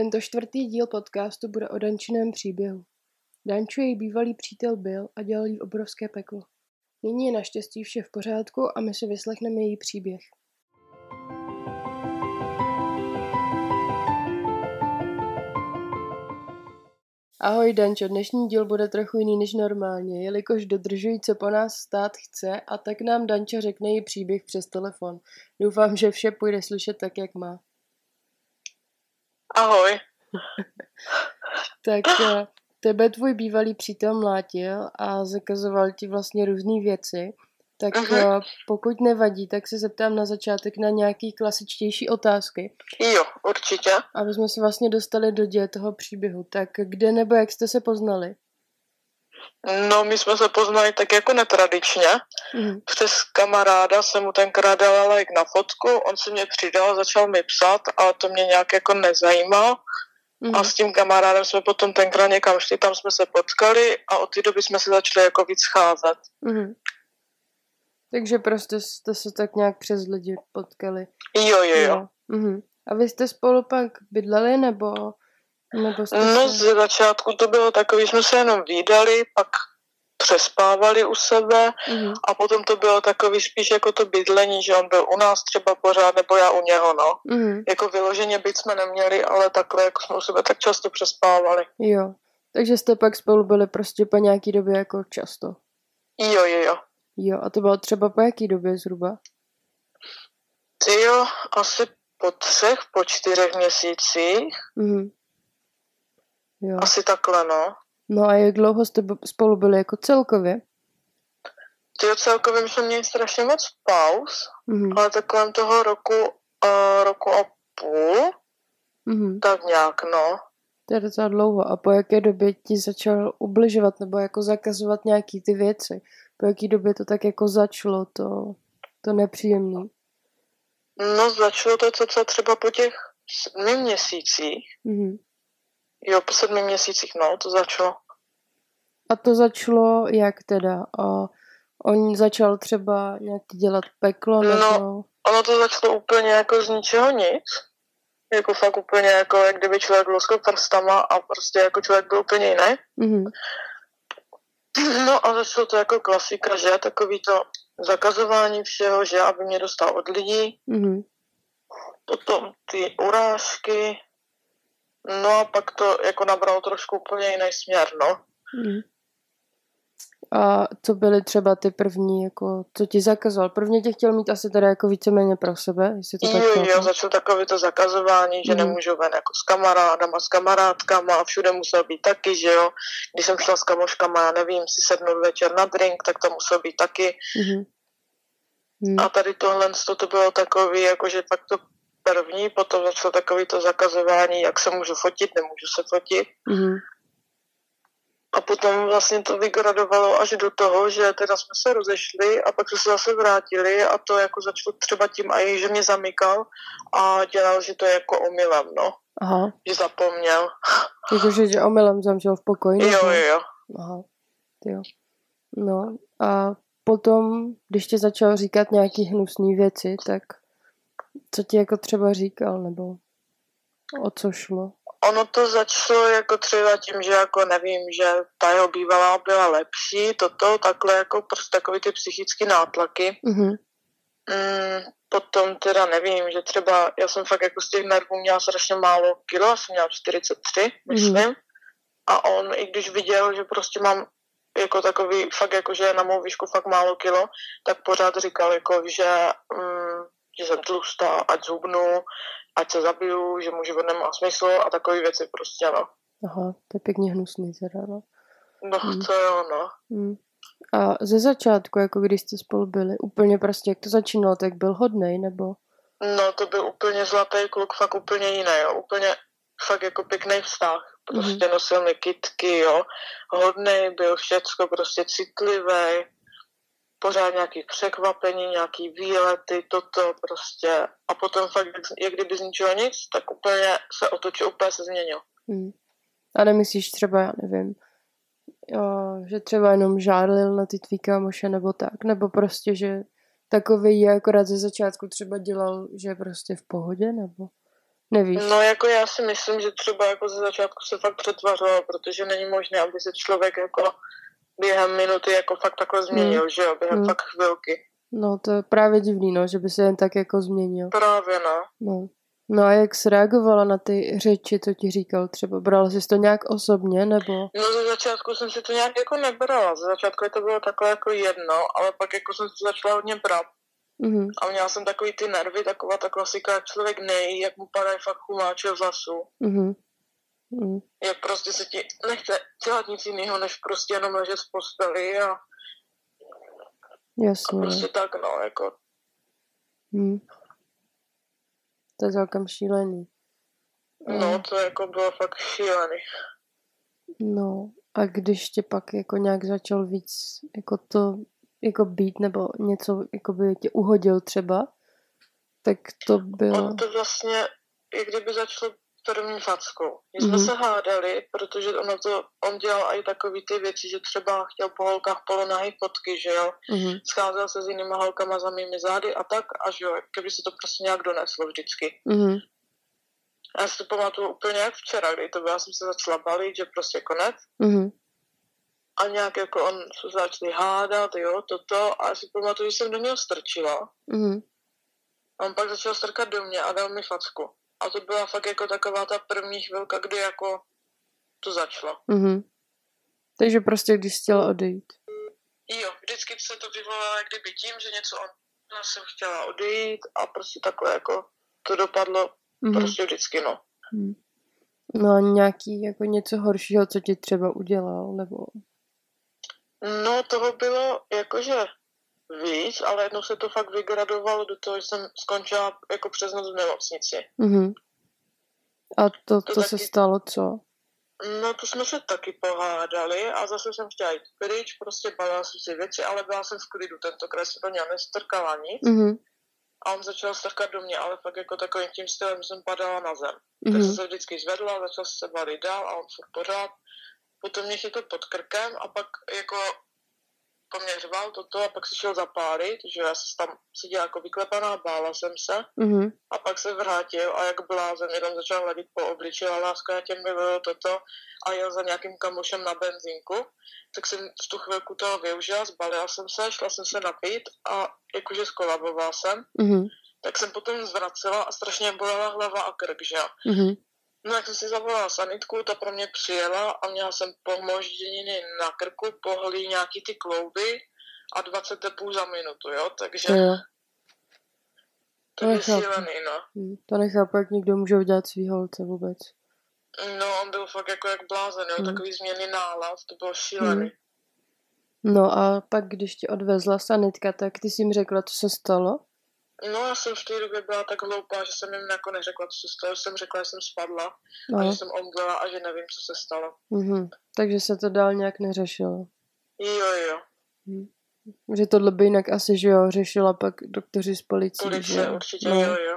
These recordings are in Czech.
Tento čtvrtý díl podcastu bude o Dančiném příběhu. Dančo její bývalý přítel byl a dělal jí obrovské peklo. Nyní je naštěstí vše v pořádku a my si vyslechneme její příběh. Ahoj Dančo, dnešní díl bude trochu jiný než normálně, jelikož dodržují, co po nás stát chce, a tak nám Danča řekne její příběh přes telefon. Doufám, že vše půjde slyšet tak, jak má. Ahoj. Tak tebe tvůj bývalý přítel mlátil a zakazoval ti vlastně různé věci. Tak pokud nevadí, tak se zeptám na začátek na nějaký klasičtější otázky. Jo, určitě. Aby jsme se vlastně dostali do děje toho příběhu. Tak kde nebo jak jste se poznali? No, my jsme se poznali tak jako netradičně. Přes kamaráda jsem mu tenkrát dala like na fotku, on se mě přidal, začal mi psát, ale to mě nějak jako nezajímal. A s tím kamarádem jsme potom tenkrát někam šli, tam jsme se potkali a od té doby jsme se začali jako víc scházet. Takže prostě jste se tak nějak přes lidi potkali. Jo. A vy jste spolu pak bydleli, nebo jste No, ze začátku to bylo takový, jsme se jenom vídali, pak přespávali u sebe a potom to bylo takový spíš jako to bydlení, že on byl u nás třeba pořád, nebo já u něho, no. Jako vyloženě byt jsme neměli, ale takhle jako jsme u sebe tak často přespávali. Jo, takže jste pak spolu byli prostě po nějaký době jako často. Jo. Jo, a to bylo třeba po jaký době zhruba? Tyjo, asi po 4 měsících. Jo. Asi takhle, no. No a jak dlouho jste spolu byli jako celkově? Tyjo, celkově jsme měli strašně moc pauz, ale tak kolem toho roku a půl, tak nějak, no. To je docela dlouho. A po jaké době ti začal ubližovat nebo jako zakazovat nějaký ty věci? Po jaké době to tak jako začalo, to nepříjemný? No, začalo to cca třeba po těch 7 měsících. Jo, po 7 měsících, no, to začalo. A to začalo jak teda? On začal třeba nějak dělat peklo, nebo... No, ono to začalo úplně jako z ničeho nic. Jako fakt úplně jako, jak kdyby člověk luskl prstama a prostě jako člověk byl úplně jiný. No a začalo to jako klasika, že? Takový to zakazování všeho, že? Aby mě dostal od lidí. Potom ty urážky. No a pak to jako nabralo trošku úplně jiný směr, no. A co byly třeba ty první, jako, co ti zakazoval? Prvně tě chtěl mít asi teda jako víceméně pro sebe, jestli to tak Jo, začalo takové to zakazování, že nemůžu ven jako s kamarádama, s kamarádkama a všude musel být taky, že jo. Když jsem šla s kamoškama, já nevím, si sednout večer na drink, tak to musel být taky. A tady tohle to bylo takový, jakože fakt to první, potom začalo takový to zakazování, jak se můžu fotit, nemůžu se fotit. A potom vlastně to vygradovalo až do toho, že teda jsme se rozešli a pak jsme se zase vrátili a to jako začalo třeba tím, a že mě zamykal a dělal, že to je jako omylem, no. Aha. Že zapomněl. Jakože omylem zamřel v pokoji? Jo. Aha, jo. No a potom, když ti začal říkat nějaký hnusný věci, tak co ti jako třeba říkal, nebo o co šlo? Ono to začalo jako třeba tím, že jako nevím, že ta jeho bývalá byla lepší, takhle jako prostě takový ty psychické nátlaky. Potom teda nevím, že třeba já jsem fakt jako z těch nervů měla strašně málo kilo, já jsem měla 43, myslím. A on, i když viděl, že prostě mám jako takový fakt jako, že na mou výšku fakt málo kilo, tak pořád říkal jako, že jsem tlustá, ať zhubnu, ať se zabiju, že můj život nemá smysl a takové věci prostě, no. Aha, to je pěkně hnusný teda, no. No, to jo, no. A ze začátku, jako když jste spolu byli, úplně prostě, jak to začínalo, tak byl hodnej, nebo? No, to byl úplně zlatý kluk, fakt úplně jiný, jo. Úplně fakt jako pěkný vztah. Prostě nosil mi kytky, jo. Hodnej byl všecko, prostě citlivý. Pořád nějaký překvapení, nějaký výlety, toto prostě. A potom fakt, jak kdyby z ničeho nic, tak úplně se otočil, úplně se změnil. A nemyslíš třeba, já nevím, že třeba jenom žárlil na ty tvý kámoše nebo tak, nebo prostě, že takový je akorát ze začátku třeba dělal, že je prostě v pohodě, nebo? Nevíš? No jako já si myslím, že třeba jako ze začátku se fakt přetvařoval, protože není možné, aby se člověk jako během minuty jako fakt takhle změnil, že jo, během fakt chvilky. No to je právě divný, no, že by se jen tak jako změnil. Právě, no. No a jak jsi reagovala na ty řeči, co ti říkal třeba? Brala jsi to nějak osobně, nebo? No ze začátku jsem si to nějak jako nebrala. Ze začátku to bylo takhle jako jedno, ale pak jako jsem to začala hodně brát. Mm-hmm. A měla jsem takový ty nervy, taková ta klasika, jak člověk nejí, jak mu padají fakt chumáče v hlasu. Mm-hmm. Jak prostě se ti nechce dělat nic jiného, než prostě jenom ležet v posteli a Jasně. A prostě tak, no, jako. To je celkem šílený. No, to jako bylo fakt šílený. No, a když tě pak jako nějak začal víc jako to jako být, nebo něco jako by tě uhodil třeba, tak to bylo... On to vlastně, jak kdyby začalo první fackou. My jsme se hádali, protože on dělal i takový ty věci, že třeba chtěl po holkách polonahý fotky, že jo. Scházel se s jinýma holkama za mými zády a tak, a že jo, kdyby se to prostě nějak doneslo vždycky. Já si to pamatuju úplně jak včera, kdy to bylo, já jsem se začala balit, že prostě konec. A nějak jako on se začali hádat, jo, toto, a já si pamatuju, že jsem do něho strčila. A on pak začal strkat do mě a dal mi facku. A to byla fakt jako taková ta první chvilka, kdy jako to začalo. Takže prostě když chtěla odejít. Jo, vždycky se to vyvolalo jak kdyby tím, že něco já jsem chtěla odejít a prostě takhle jako to dopadlo prostě vždycky, no. No a nějaký jako něco horšího, co ti třeba udělal, nebo... No toho bylo jakože víc, ale jednou se to fakt vygradovalo do toho, že jsem skončila jako přes noc v nemocnici. A to se stalo co? No to jsme se taky pohádali a zase jsem chtěla jít pryč, prostě balila jsem si věci, ale byla jsem v klidu, tentokrát se do něj nestrkala nic. A on začal strkat do mě, ale fakt jako takovým tím stylem jsem padala na zem. Tak jsem se vždycky zvedla, začal se balit dál a on furt pořád. Potom mě chytl pod krkem a pak jako po mě řval toto a pak si šel zapálit, že já jsem tam seděla jako vyklepaná, bála jsem se a pak se vrátil a jak blázen, jenom začal hladit po obličeji a láska, já tě miluju toto a jel za nějakým kamošem na benzínku, tak jsem v tu chvilku toho využila, zbalila jsem se, šla jsem se napít a jakože skolabovala jsem, tak jsem potom zvracela a strašně bolela hlava a krk, že jo. No jak jsem si zavolala sanitku, ta pro mě přijela a měla jsem pohmožděniny na krku, pohlí nějaký ty klouby a 20 tepů za minutu, jo, takže to je šílený, no. To nechápu, jak někdo může udělat svý holce vůbec. No, on byl fakt jako jak blázen, jo, takový změny nálad, to bylo šílený. No a pak, když tě odvezla sanitka, tak ty jsi jim řekla, co se stalo? No, já jsem v té době byla tak hloupá, že jsem jim jako neřekla, co se stalo, že jsem řekla, že jsem spadla a že jsem omdlela a že nevím, co se stalo. Takže se to dál nějak neřešilo? Jo. Že tohle by jinak asi, že jo, řešila pak doktoři z policie. Policie, určitě, no. Jo.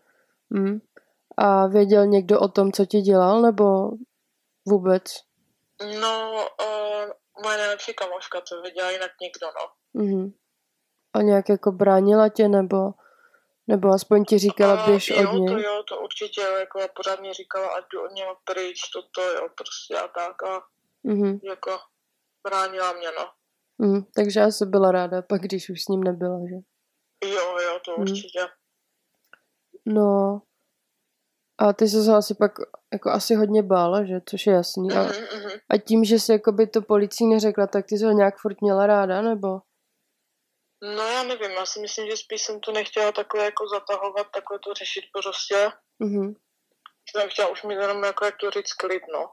A věděl někdo o tom, co ti dělal, nebo vůbec? No, moje nejlepší kamoška to věděla, jinak nikdo, no. A nějak jako bránila tě, nebo aspoň ti říkala, běž od něj? Jo, to určitě, jako pořád mě říkala, ať jdu od něho pryč, jo, prostě a tak a jako bránila mě, no. Takže asi byla ráda, pak když už s ním nebyla, že? Jo, to určitě. No, a ty jsi se asi pak jako asi hodně bála, že? Což je jasný. A tím, že jsi jakoby to policii neřekla, tak ty jsi ho nějak furt měla ráda, nebo? No já nevím, já si myslím, že spíš jsem to nechtěla takhle jako zatahovat, takhle to řešit prostě. Jsem chtěla už mít jenom jako jak to říct klid, no.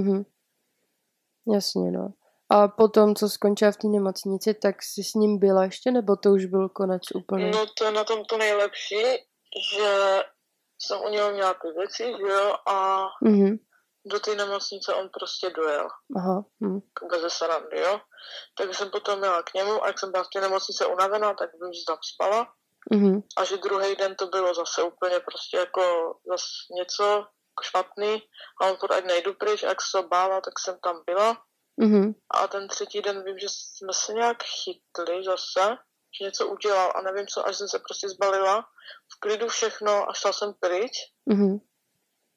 Jasně, no. A potom, co skončila v té nemocnici, tak jsi s ním byla ještě, nebo to už byl konec úplně? No to je na tom to nejlepší, že jsem u něho měla ty věci, že jo, a do té nemocnice on prostě dojel. Bez srandy, jo. Takže jsem potom jela k němu a jak jsem byla v té nemocnice unavená, tak vím, že tam spala. A že druhý den to bylo zase úplně prostě jako zase něco jako špatný a on furt ať nejdu pryč a jak se to bála, tak jsem tam byla. A ten třetí den vím, že jsme se nějak chytli zase, že něco udělal a nevím co, až jsem se prostě zbalila v klidu všechno a šla jsem pryč.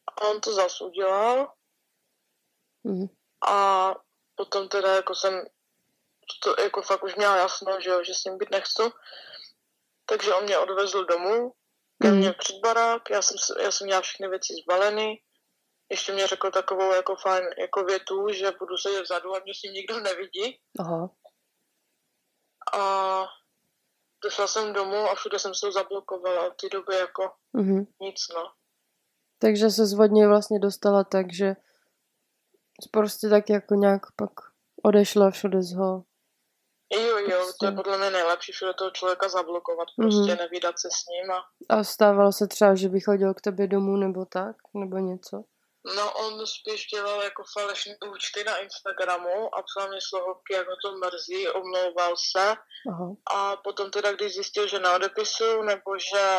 A on to zase udělal. A potom teda jako jsem to jako fakt už měla jasno, že s ním být nechci. Takže on mě odvezl domů, ke mně před barák, já jsem měla všechny věci zbaleny. Ještě mě řekl takovou jako fajn jako větu, že budu sedět vzadu a mě s ním nikdo nevidí. Aha. A došla jsem domů a všude jsem se zablokovala. V té době jako nic, no. Takže se od něj vlastně dostala tak, že prostě tak jako nějak pak odešla všude z ho. Jo, prostě. To je podle mě nejlepší, všude toho člověka zablokovat, prostě nevídat se s ním. A stávalo se třeba, že by chodil k tobě domů nebo tak, nebo něco? No, on spíš dělal jako falešné účty na Instagramu a psal mě slohovky, jak ho to mrzí, omlouval se. Aha. A potom teda, když zjistil, že neodepisu, nebo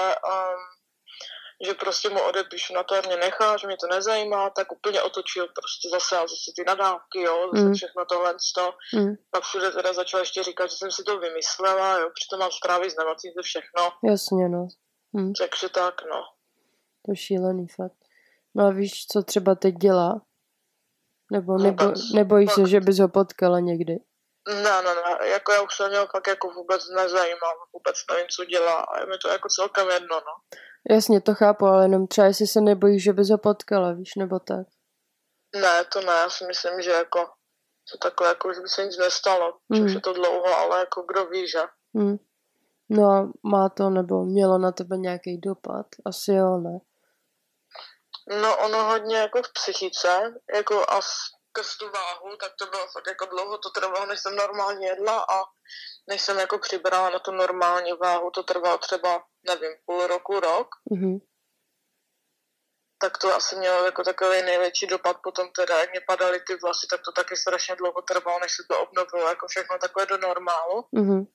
že prostě mu odepíšu na to a mě nechá, že mě to nezajímá, tak úplně otočil prostě zase a zase ty nadávky, jo, zase všechno tohle. Pak všude teda začal ještě říkat, že jsem si to vymyslela, jo, přitom mám zprávy z nemocnice, všechno. Jasně, no. Takže tak, no. To je šílený fakt. No a víš, co třeba teď dělá? Nebojíš se, že bys ho potkala někdy? Ne, jako já už se něho fakt jako vůbec nezajímám, vůbec nevím, co dělá a je mi to jako celkem jedno, no. Jasně, to chápu, ale jenom třeba jestli se nebojíš, že bys ho potkala, víš, nebo tak. Ne, to ne, já si myslím, že jako to takhle, jako už by se nic nestalo, už je to dlouho, ale jako kdo ví, že? No a má to, nebo mělo na tebe nějaký dopad? Asi jo, ne? No ono hodně jako v psychice, jako a skrz tu váhu, tak to bylo fakt jako dlouho, to trvalo, než jsem normálně jedla a než jsem jako přibrala na tu normální váhu, to trvalo třeba, nevím, půl roku, rok. Tak to asi mělo jako takový největší dopad potom teda, jak mě padaly ty vlasy, tak to taky strašně dlouho trvalo, než se to obnovilo, jako všechno takové do normálu.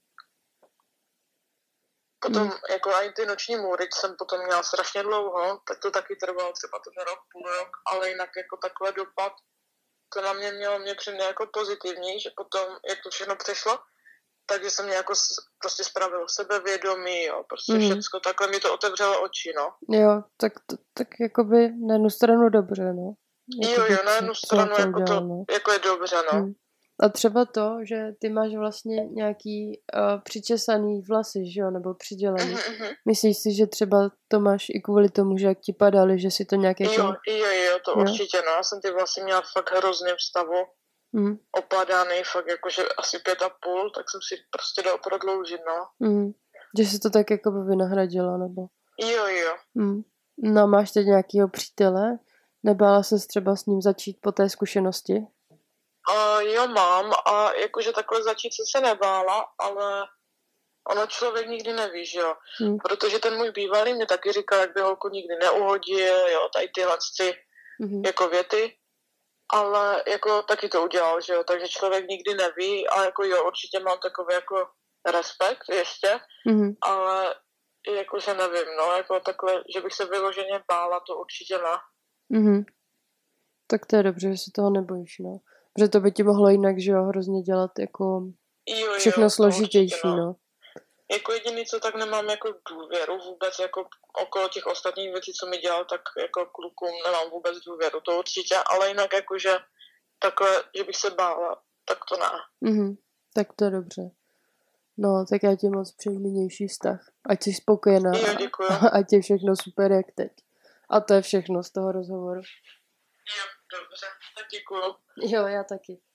Potom jako i ty noční můry jsem potom měla strašně dlouho, tak to taky trvalo třeba ten rok, půl rok, ale jinak jako takhle dopad, to na mě mělo mě přijde jako pozitivní, že potom, jak to všechno přešlo, takže jsem mě jako prostě spravilo sebevědomí, jo, prostě všecko, takhle mi to otevřelo oči, no. Jo, tak jakoby na jednu stranu dobře, no. Jo, na jednu stranu jako to, jako je dobře, no. A třeba to, že ty máš vlastně nějaký přičesaný vlasy, že jo, nebo přidělaný. Myslíš si, že třeba to máš i kvůli tomu, že jak ti padaly, že si to nějak jako... Jo, to určitě, no. Já jsem ty vlasy měla fakt hrozným stavu. Opadaný, fakt jakože asi 5,5, tak jsem si prostě dal prodloužit, no. Že si to tak jako by vynahradila, nebo? Jo. No, máš teď nějakýho přítele? Nebála ses třeba s ním začít po té zkušenosti? Jo, mám a jakože takhle začít jsem se nebála, ale ono člověk nikdy neví, že jo. Protože ten můj bývalý mě taky říkal, jak by holku nikdy neuhodil, jo, tady tyhle jako věty, ale jako taky to udělal, že jo, takže člověk nikdy neví a jako jo, určitě mám takový jako respekt ještě, ale jakože nevím, no, jako takhle, že bych se vyloženě bála, to určitě ne. Tak to je dobře, že se toho nebojíš, no. Protože to by ti mohlo jinak, že jo, hrozně dělat jako všechno složitější, určitě, no. Jako jediný, co tak nemám jako důvěru vůbec, jako okolo těch ostatních věcí, co mi dělal, tak jako klukům nemám vůbec důvěru, to určitě, ale jinak jakože takhle, že bych se bála, tak to ne. Tak to je dobře. No, tak já ti moc přeji milnější vztah. Ať jsi spokojená. Jo, děkuju. Ať je všechno super, jak teď. A to je všechno z toho rozhovoru. Jo, dobře, tak děkuju. Jo, já taky.